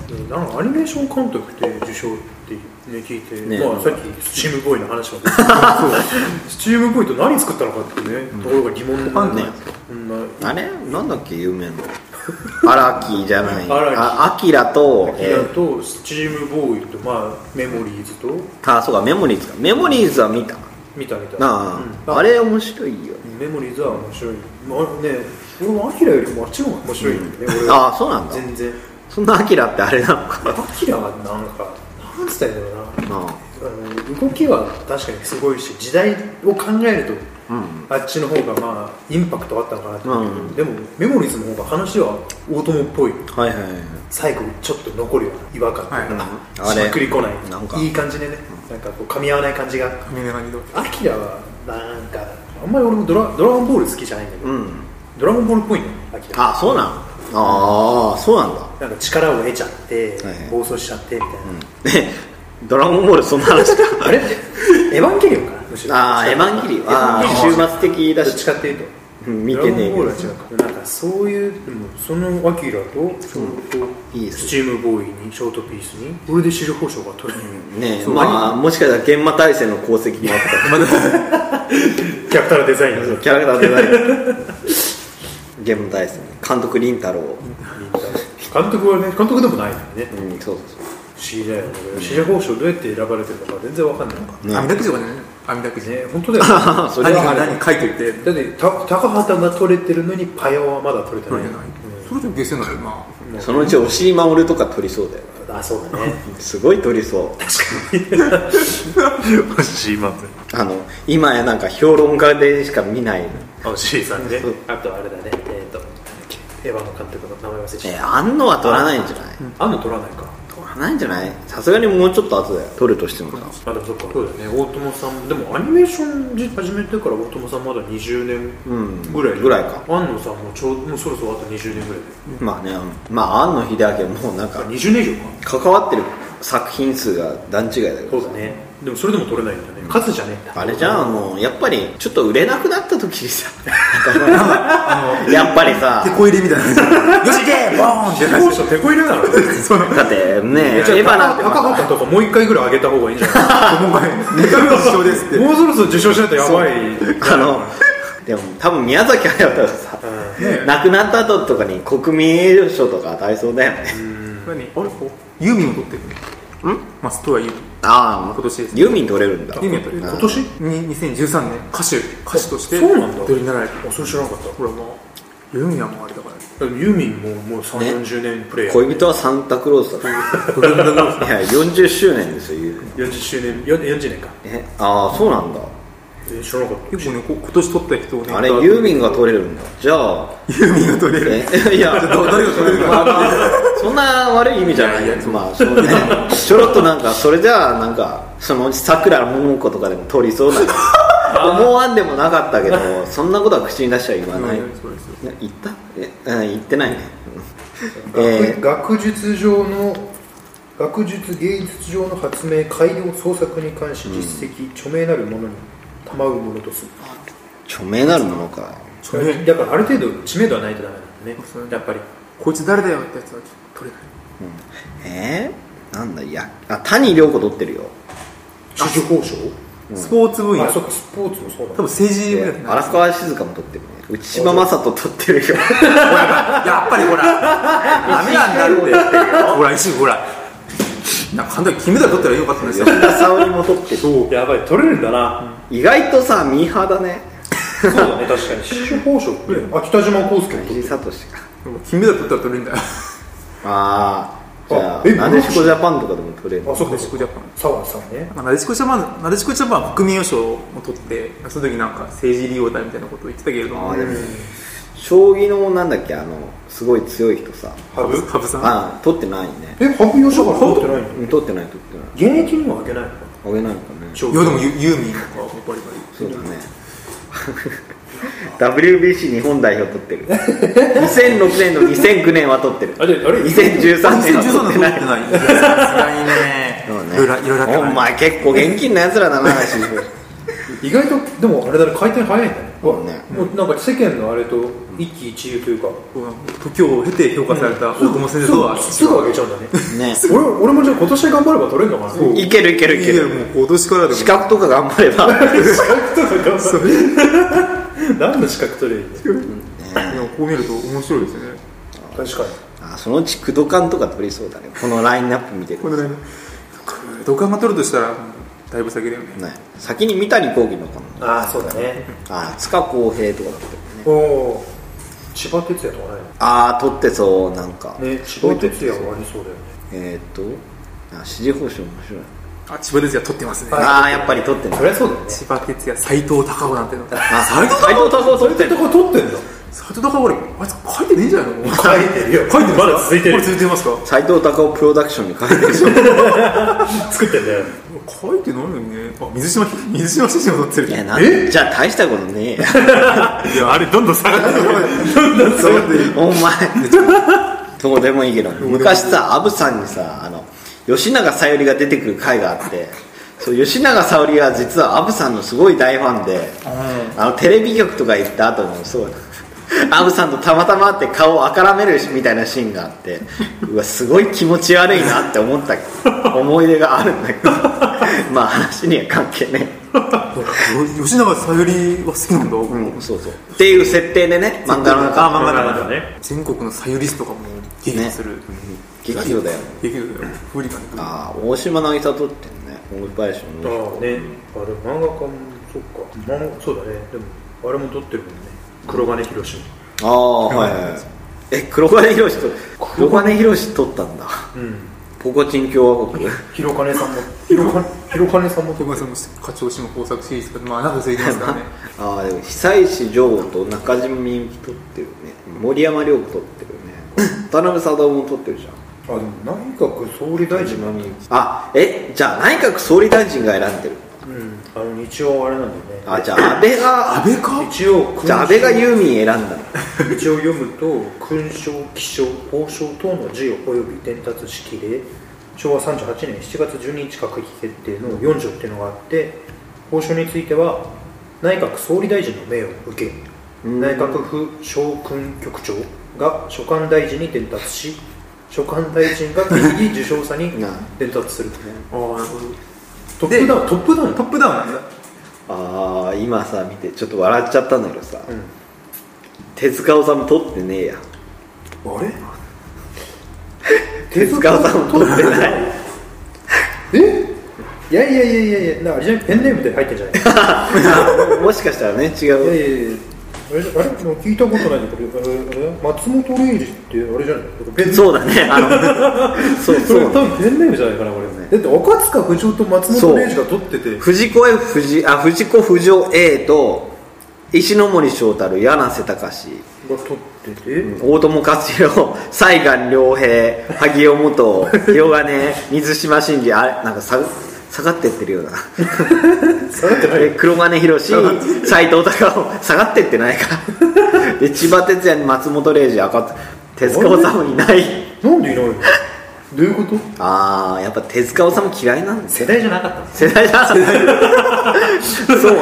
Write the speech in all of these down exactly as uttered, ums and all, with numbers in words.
なんかアニメーション監督って受賞ってね聞いて、ね、まあさっきスチームボーイの話も出てスチームボーイと何作ったのかってね、うん、ところが疑問なんね。 あれなんだっけ有名な荒木じゃないあアキラとアキラとスチームボーイと、まあ、メモリーズとあそうかメモリーズかメモリーズは見た見た見たなあ、うん、あれ面白いよメモリーズは面白い、まあね、俺もアキラよりもあっちの方が面白いんだよね、 うん、ああそうなんだ全然そんなアキラってあれなのかアキラはなんかなんつったらいいんだろうな、あの動きは確かにすごいし時代を考えると、うん、あっちの方がまあインパクトあったのかなと思うけど、うん、でもメモリーズの方が話は大友っぽい、 はいはいはい、 最後ちょっと残るような違和感というか、はい、しっくりこないなんかいい感じでね、うん、なんかこう噛み合わない感じがアキラはなんかあんまり俺もド ラ, ドラゴンボール好きじゃないんだけど、うん、ドラゴンボールっぽいのアキラあそうなのああそうなんだなんか力を得ちゃって、はいはい、暴走しちゃってみたいな、 うん、ドラゴンボールそんな話かあれエヴァンゲリオンかなむしろああエヴァンゲリオンああ終末的だしどっちかっていうと、 うん、見てねえけどドラゴンボールは違うかなんかそういうでもそのアキラとちょうど、うん、スチームボーイにショートピースにこれで資料報奨が取れる、 うん、ねえまあもしかしたら幻魔大戦の功績もあったキャラクターデザインキャラクターデザイン幻魔大戦監督凛太郎監督はね監督でもないんだよね、 うん、そうそうそう不思議だよね支持報酬どうやって選ばれてるのか全然わかんない、 ね、網だくじとかね網だくじね本当だよねそれは何書いておいてだってた高畑が取れてるのにパヤオはまだ取れてない、うん、 それでもゲセなのよなそのうち押井守とか取りそうだよあそうだねすごい取りそう確かに押井守あの今やなんか評論家でしか見ない押井さんねあとあれだねえっ、ー、とエヴァの監督の名前忘れちゃった。 えー、安野は取らないんじゃない？ 安野取らないか。 取らないんじゃない？さすがにもうちょっと後だよ。取るとしてもさ。 あでもそっか。そうだよね。大友さんでもアニメーション始めてから大友さんまだにじゅうねんぐらい、うん、 ぐらいか。 安野さんもちょうもうそろそろあとにじゅうねんぐらいで。 うん、まあね、まあ安野秀明はもうなんかにじゅうねん以上か。関わってる作品数が段違いだけど。 そうだね。でもそれでも取れないんだね、うん、数じゃねえんだあれじゃあもうやっぱりちょっと売れなくなった時にさやっぱりさ手こ入れみたいなよしいけボーンってなって手こ入れなのだってねエヴァなんて高畑とかもう一回ぐらい上げた方がいいんじゃないネタの受賞ですってもうそろそろ受賞しないとやばいあのでも多分宮崎駿だったらさ、うんね、亡くなった後とかに国民栄誉賞とか与えそうだよね何あれユーミンも取ってるんまあストはユーミンああ今年です、 ね、ユーミン取れるんだユーミン取れる今年ににせんじゅうさんねん歌手歌手としてそうなんだ取りになられたあそれ知らなかったほらまあユーミンはもうあれだからユーミンももうさんじゅう、よんじゅうねんプレイヤー恋人はサンタクロースだからいやよんじゅっしゅうねんですよよんじゅっしゅうねんよんじゅうねんかえああそうなんだえ知らなかった結構ね今年取った人をねあれユーミンが取れるんだじゃあユーミンが取れるいや誰が取れるかなそんな悪い意味じゃないやつまあそうねちょろっとなんかそれじゃあなんかそのうちさくらももことかでも取りそうな思わんでもなかったけどそんなことは口に出しちゃ言わない言ったえ言ってないねえー、学術上の学術芸術上の発明改良創作に関し実績、うん、著名なるものに賜うものとする著名なるものかだからある程度知名度はないとダメなんだねやっぱりこいつ誰だよってやつは取れない、うん、えー、なんだいやあ谷亮子取ってるよ紫綬褒章、 うん、スポーツ分野あそうかスポーツもそうだ多分政治分野荒川静香も取ってるね内島正人取ってるよやっぱりほらダメなんだってほら石ほらなんか簡単に金メダル取ったらよかったんですよ吉田沙保里も取ってるそうやばい取れるんだな、 うん、意外とさミーハーだねそうだね確かに紫綬褒章ってあ北島康介も取ってる金メダル取ったら取れるんだよああじゃあなでしこジャパンとかでも取れるあそうかなでしこジャパン澤さんね、 まあ、なでしこジャパンなでしこジャパンは国民栄誉賞を取ってその時なんか政治利用だみたいなことを言ってたけれども、 あでも将棋のなんだっけあのすごい強い人さ羽生羽生さんあ取ってないねえ羽生善治取ってないの取ってない取ってない現役にはあげないのかあげないのかねいやでもユーミンとかバリバリそうだねダブリュービーシー 日本代表取ってるにせんろくねんのにせんきゅうねんは取ってるあれあれにせんじゅうさんねんは取ってないさすがにねいろいろいろいろあったお前結構現金なやつらだな意外とでもあれだね回転早いんだね、 そうねもうなんか世間のあれと一喜一憂というか時を経て評価された大友先生とはすぐ上げちゃうんだね。 ね俺俺もじゃあ今年頑張れば取れるのかな。 いけるいけるいける。 もう今年からでも資格とか頑張れば資格とか頑張れ何の資格取れるんだよ。 でもこう見ると面白いですよね。 確かに。 あそのうち駆動感とか取りそうだね、このラインナップ見てる。 このラインナップ駆動感が取るとしたらだいぶ先だよね。 ね先に三谷幸喜のかな。 ああそうだね。 あ塚康平とかだったよね。 おお千葉哲也とかね。 ああ取ってそうなんかね千葉哲也はありそうだよね。 えー、っとあ支持報酬面白い。 あ千葉哲也取ってますね。 ああやっぱり取ってんだ。 そりゃそうだよね。 千葉哲也斎藤隆夫なんてのあ斎藤隆夫取ってんの。 取ってんだ。 斎藤隆夫俺あいつ書いてねえんじゃないの。 書いてるよ。 書いてる。 まだ続いてる。 これ続いてますか。 斎藤隆夫プロダクションに書いてるでしょ作ってんだよ。 書いてないのにね。あ水島水島新司も取ってる。 いやなんえじゃあ大したことねえやいやあれどんどん下がってる。 どんどん下がってる。 お前どうでもいいけど昔さアブさんにさあの吉永小百合が出てくる回があって、そう吉永小百合は実はアブさんのすごい大ファンで、うん、あのテレビ局とか行った後もそうアブさんとたまたま会って顔をあからめるみたいなシーンがあってうわすごい気持ち悪いなって思った思い出があるんだけどまあ話には関係ねえ吉永小百合は好きなんだ、 うん、そうそうっていう設定でね漫画の中あ漫画の中でね全国の小百合スとかも激怒する、ね、 激怒だよ激怒だよフリカンああ大島渚撮ってるねオムパイションのああねあれ漫画家もそっか漫画そうだねでもあれも撮ってるもんね黒金博士ああはいはいえ黒金博士と黒金博士撮ったんだうんポコチン共和国広金さんも広金広金さんも広金さんも課長島工作シリーズとかまあなんかついてますからねああでも久石譲と中島みゆき撮ってるね森山良子撮ってるね渡辺貞夫も撮ってるじゃんあでも内閣総理大臣があえじゃあ内閣総理大臣が選んでるうんあの一応あれなんだよねあじゃあ安倍が安倍か一応じゃあ安倍がユーミン選んだの一応読むと勲章記章褒章等の授与及び伝達式でしょうわさんじゅうはちねんしちがつじゅうににち閣議決定のよん条っていうのがあって褒章については内閣総理大臣の命を受け内閣府将勲局長が所管大臣に伝達し所管大臣が決議受章者に伝達するああなるほどトップダウントップダウントップダウンなんだああ今さ見てちょっと笑っちゃったんだけどさ、うん、手塚治虫撮ってねえやあれ手塚治虫撮ってないえいやいやいやいやいやあれじゃないペンネームで入ってんじゃないもしかしたらね違ういやいやいやあれあれ聞いたことないんだけど松本零士ってあれじゃないそうだねあのそうそう多分ペンネームじゃないかなこれねだって赤塚不二夫と松本零士が撮ってて藤子 F 藤あ藤子不二雄 A と石ノ森章太郎柳瀬隆が撮ってて、 うん、大友克洋西岸良平萩尾元広金水島新司あれなんかさ下がってってるような下がってない黒金博士斎藤隆夫下がってってないかで千葉哲也に松本零士赤手塚治虫いないなんでいないのどういうこと？ ああやっぱ手塚治虫嫌いなんです世代じゃなかった世代じゃなかったそうね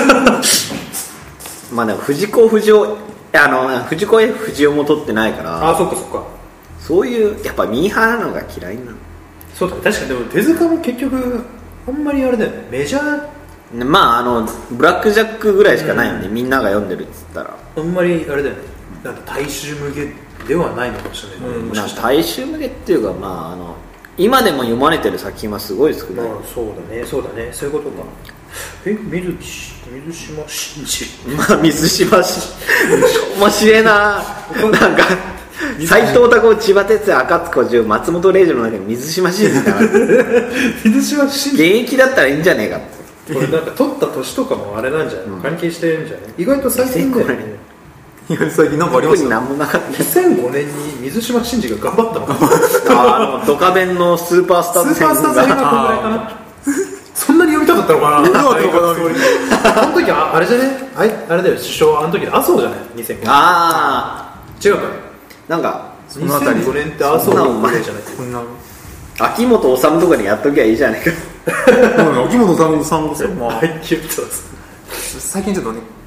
まあでも藤子不二雄あの藤子 F 不二雄も撮ってないからあそっかそっかそういうやっぱミーハーなのが嫌いなのそうだね確かにでも手塚も結局あんまりあれだよねメジャーまああのブラックジャックぐらいしかないよね、うん、みんなが読んでるっつったらあんまりあれだよねなんか大衆向けではないのかもしれない、ね、うん、 なんか大衆向けっていうかまああの今でも読まれてる作品はすごい少ない、 まあ、そうだねそうだねそういうことか、うん、え水水島新司まあ水島新司面白いななんか斎藤隆夫千葉哲也赤塚不二夫松本零士の中で水島新司だな水島新司現役だったらいいんじゃねえかってこれなんか取った年とかもあれなんじゃない、うん、関係してるんじゃない意外と最近だよね意外と最近なんかありました何もなかったにせんごねんに水島新司が頑張ったのかああドカベンのスーパースターズスーパースターズ映画ぐらいかなそんなに読みたかったのかなあの時あれじゃねあれあれだよ首相あの時麻生じゃないにせんごねんああ違うかなんかそのあたりにせんごねんって麻生の前じゃないこんな秋元治とかにやっときゃいいじゃないか秋元治さんこそまあ最近ちょっと最近ちょっとね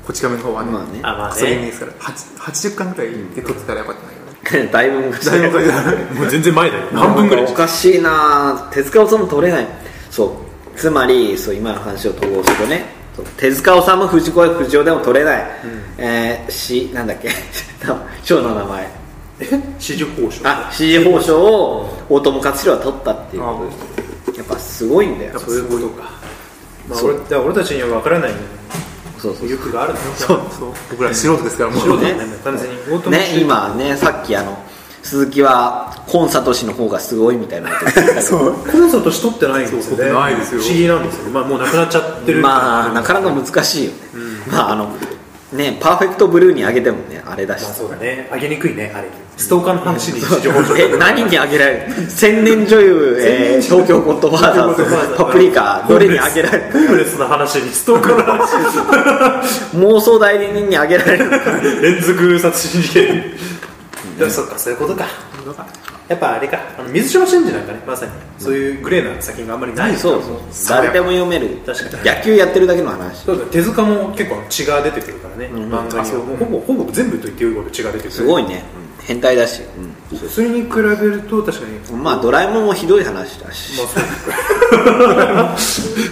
こち亀の方はね、 まあね、あまあね、 クソゲーですからはちじゅっかんぐらいで撮ってたらよかったんだけど、ね、 だいぶ昔だいぶ昔もう全然前だよ半分ぐらい。 おかしいな、手塚治虫撮れない。そうつまりそう今の話を統合するとね、手塚治虫藤子 F 不二雄でも撮れない、うん、えー、しなんだっけ賞の名前紫綬褒章。 あ、紫綬褒章を大友克洋は取ったっていうことで、やっぱすごいんだよ。 そういうことか。まあ、俺, だから俺たちには分からないそうそう欲があるんだよ。 そうそう僕ら素人ですからもう素人ね、 完全に大友ね、今ね、さっきあの鈴木はコンサトシの方がすごいみたいなそうコンサトシ取ってないんですよね。 ないですよ。 不思議なんですよ、まあ、もうなくなっちゃってる。 まあなかなか難しいよ、うん、まああのね、パーフェクトブルーにあげてもねあれだし、まあ、 そうだね、あげにくいね、あれストーカーの話に市場報酬え何にあげられる千年女優、えー、東京ゴッドファーザーズパプリカどれにあげられるホームレスの話にストーカーの話妄想代理人にあげられる連続殺人事件うん、そっかそういうことか。やっぱあれか、あの水島新司なんかね、まさにそういうグレーな作品があんまりない。 そうそう、誰でも読める。 確かに野球やってるだけの話。 そうだ、手塚も結構血が出てくるからね、うん、漫画にはもうほぼほぼ全部と言っていいほど血が出てくる。 すごいね、うん、変態だし、 うん、それに比べると確かにまあドラえもんもひどい話だし、 まあ、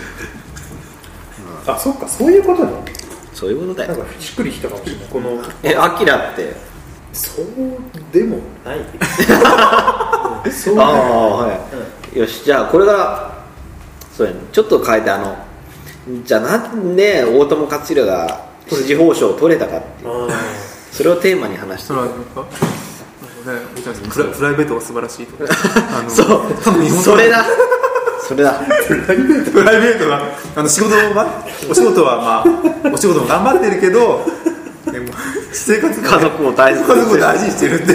そうあ、そっか、そういうことね。 そういうことだよ。 なんかしっくりきたかもしれない。このえ、アキラってそうでもないそうでもない。ああ、はい、うん、よし、じゃあこれからそうや、ね、ちょっと変えて、あのじゃあなんで大友克洋が紫綬褒章を取れたかっていう、それをテーマに話してる。 プラプライベートが素晴らしいとかあのそうそれだそれだプライベートプライベートがあの仕事を、ま、お仕事はまあお仕事も頑張ってるけどでも生活家族を大事に家族を大事にしてるんで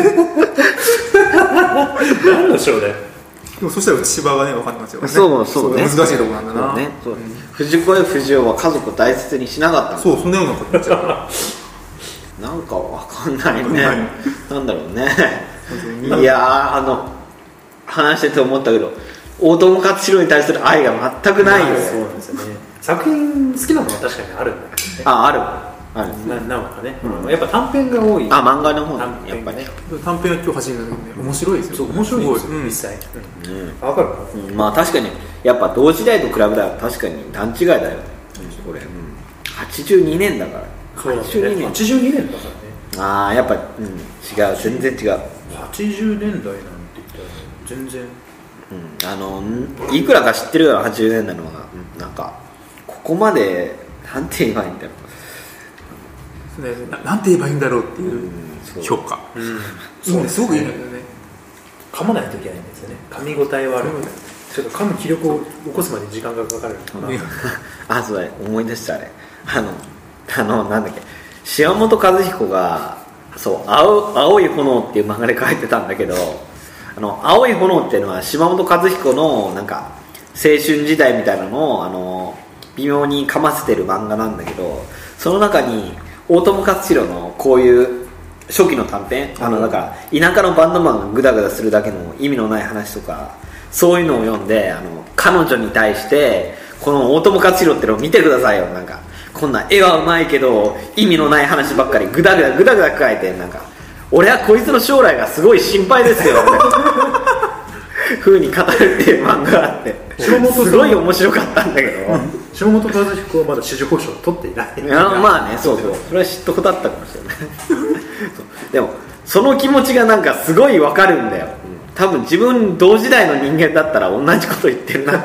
何でしょうね。 でもそしたら内芝がね分かってますよね。 そうそうね、 難しいところなんだな。そうね、そう、うん、 藤子 F 不二雄は家族を大切にしなかった。 そう、そんなようなこと言っちゃうなんか分かんないね。なんだろうね。いやー、あの話してて思ったけど、大友克洋に対する愛が全くないよ。 そうなんですよね。作品好きなのは確かにあるんだけどね。 あ、あるあるななんかね、うん、やっぱ短編が多い。 あ、漫画の方ね、やっぱね。 短編は今日初めてなんで面白いですよ。 そう、面白いですよ、うん、実際。うん、分かるかな、 うん、まあ確かにやっぱ同時代と比べたら確かに段違いだよね、うん、これ、うん、はちじゅうにねんだから。 そうだね、はちじゅうにねんだからね。 ああ、やっぱ、うん、違う、全然違う。 はちじゅうねんだいなんて言ったら全然、 うん、あのいくらか知ってるからはちじゅうねんだいのが、うん、なんかここまでなんて言えばいいんだろう、ね、な, なんて言えばいいんだろうっていう評価、うん、そう、ね、すごくいいんだよね。 噛まないといけないんですよね。噛み応えはある、うん、ちょっと噛む気力を起こすまで時間がかかるかな、うん、 あ、そうだね、思い出した。あれあのあのなんだっけ、島本和彦がそう 青, 青い炎っていう漫画で書いてたんだけど、あの青い炎っていうのは島本和彦のなんか青春時代みたいなのをあの微妙にかませてる漫画なんだけど、その中に大友克洋のこういう初期の短編、あのだから田舎のバンドマンがグダグダするだけの意味のない話とか、そういうのを読んで、あの彼女に対してこの大友克洋ってのを見てくださいよ、なんかこんな絵はうまいけど意味のない話ばっかりグダグダグダグダ書いて、なんか俺はこいつの将来がすごい心配ですよ風に語るっていう漫画があって、すごい面白かったんだけど、 島本和彦はまだ紫綬褒章を取っていない。いや、まあね、そうそう、それは嫉妬だったかもしれないでもその気持ちがなんかすごいわかるんだよ。多分自分同時代の人間だったら同じこと言ってるな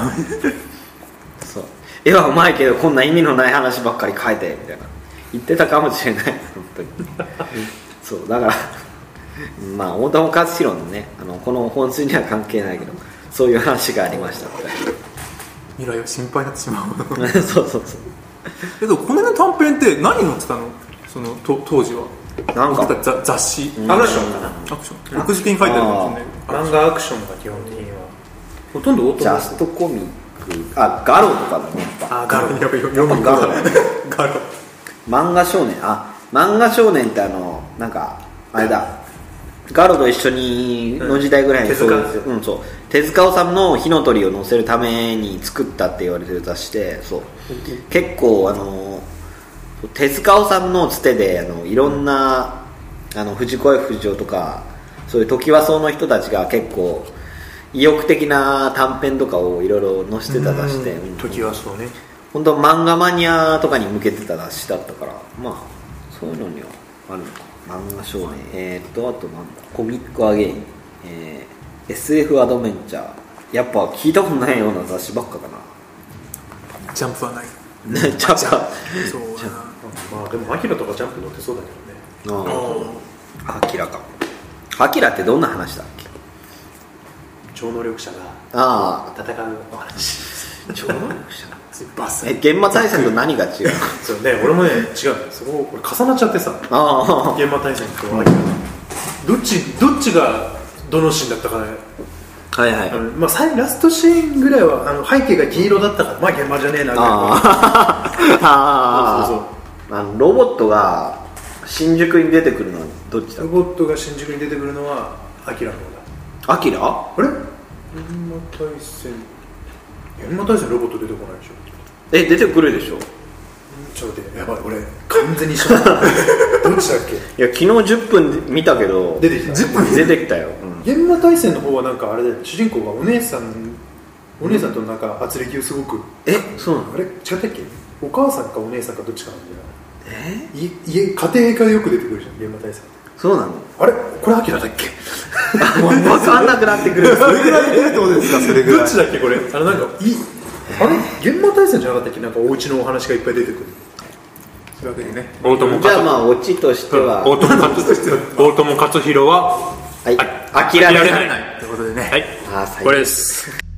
そう、絵はうまいけどこんな意味のない話ばっかり書いてみたいな言ってたかもしれない本当にそうだからまあ大友克洋のね、あのこの本筋には関係ないけど、そういう話がありました未来は心配になってしまうそうそうそう。 けどこの短編って何載ってたの、そのと当時は。 なんか雑誌、 アクションかな。 アクション、悪事件書いてあるかもしれない。 漫画アクションが基本的にはほとんどオートジャストコミック、あ、ガロとかだね。 あ、ガロ、やっぱ読むガロガロ漫画少年、あ、漫画少年ってあのなんかあれだ、ガロと一緒にの時代ぐらいに、 うん、そうですよ、うん、そう手塚治虫の火の鳥を載せるために作ったって言われてる雑誌で、そう、うん、結構あの手塚治虫のつてであのいろんな、うん、あの藤子 F 不二雄とかそういうトキワ荘の人たちが結構意欲的な短編とかをいろいろ載せてた雑誌で、 トキワ荘ね、 本当漫画マニアとかに向けてた雑誌だったから、まあそういうのにはあるのか。漫画少年、えー、っとあとなんだコミックアゲイン、えー、エスエフ アドベンチャー、やっぱ聞いたことないような雑誌ばっかかな。 ジャンプはないね、ジャンプはそうな。まあでもアキラとかジャンプ載ってそうだけどね。 ああ、アキラか。アキラってどんな話だっけ。 超能力者があ戦うお話。 超能力者バスえ現場対戦と何が違うそうね、俺もね違う、そこ俺重なっちゃってさ、あ現場対戦とアキラ、どっちどっちがどのシーンだったかね。 はいはい、 まあ、ラストシーンぐらいはあの背景が金色だったから、まあ現場じゃねえなぐらい。 ああそうそうそう、あのロボットが新宿に出てくるのはどっちだ。 ロボットが新宿に出てくるのはアキラの方だ。アキラあれ現場対戦現場対戦ロボット出てこないでしょ。 え出てくるでしょ。 ちょっと待って、やばい俺完全に一緒だどっちだっけ。 いや昨日じゅっぷん見たけど出てきた、 じゅっぷん出てきたよ、 うん、現場対戦の方はなんかあれだよね、主人公がお姉さんお姉さんとなんか圧力をすごく、 えそうなの。 あれ違ったっけ、お母さんかお姉さんかどっちかなんだよ。 えい家家庭科でよく出てくるじゃん現場対戦。 そうなの。 あれこれアキラだっけ分かんなくなってくる。 それぐらい出るってことですか。それぐらいどっちだっけこれ。あのなんかいあれ現場対戦じゃなかったっけ、なんかお家のお話がいっぱい出てくる。 というわけでね、 大友じゃあまあオチとしては大友克洋ははい、諦められないということでね、 はい、あこれです。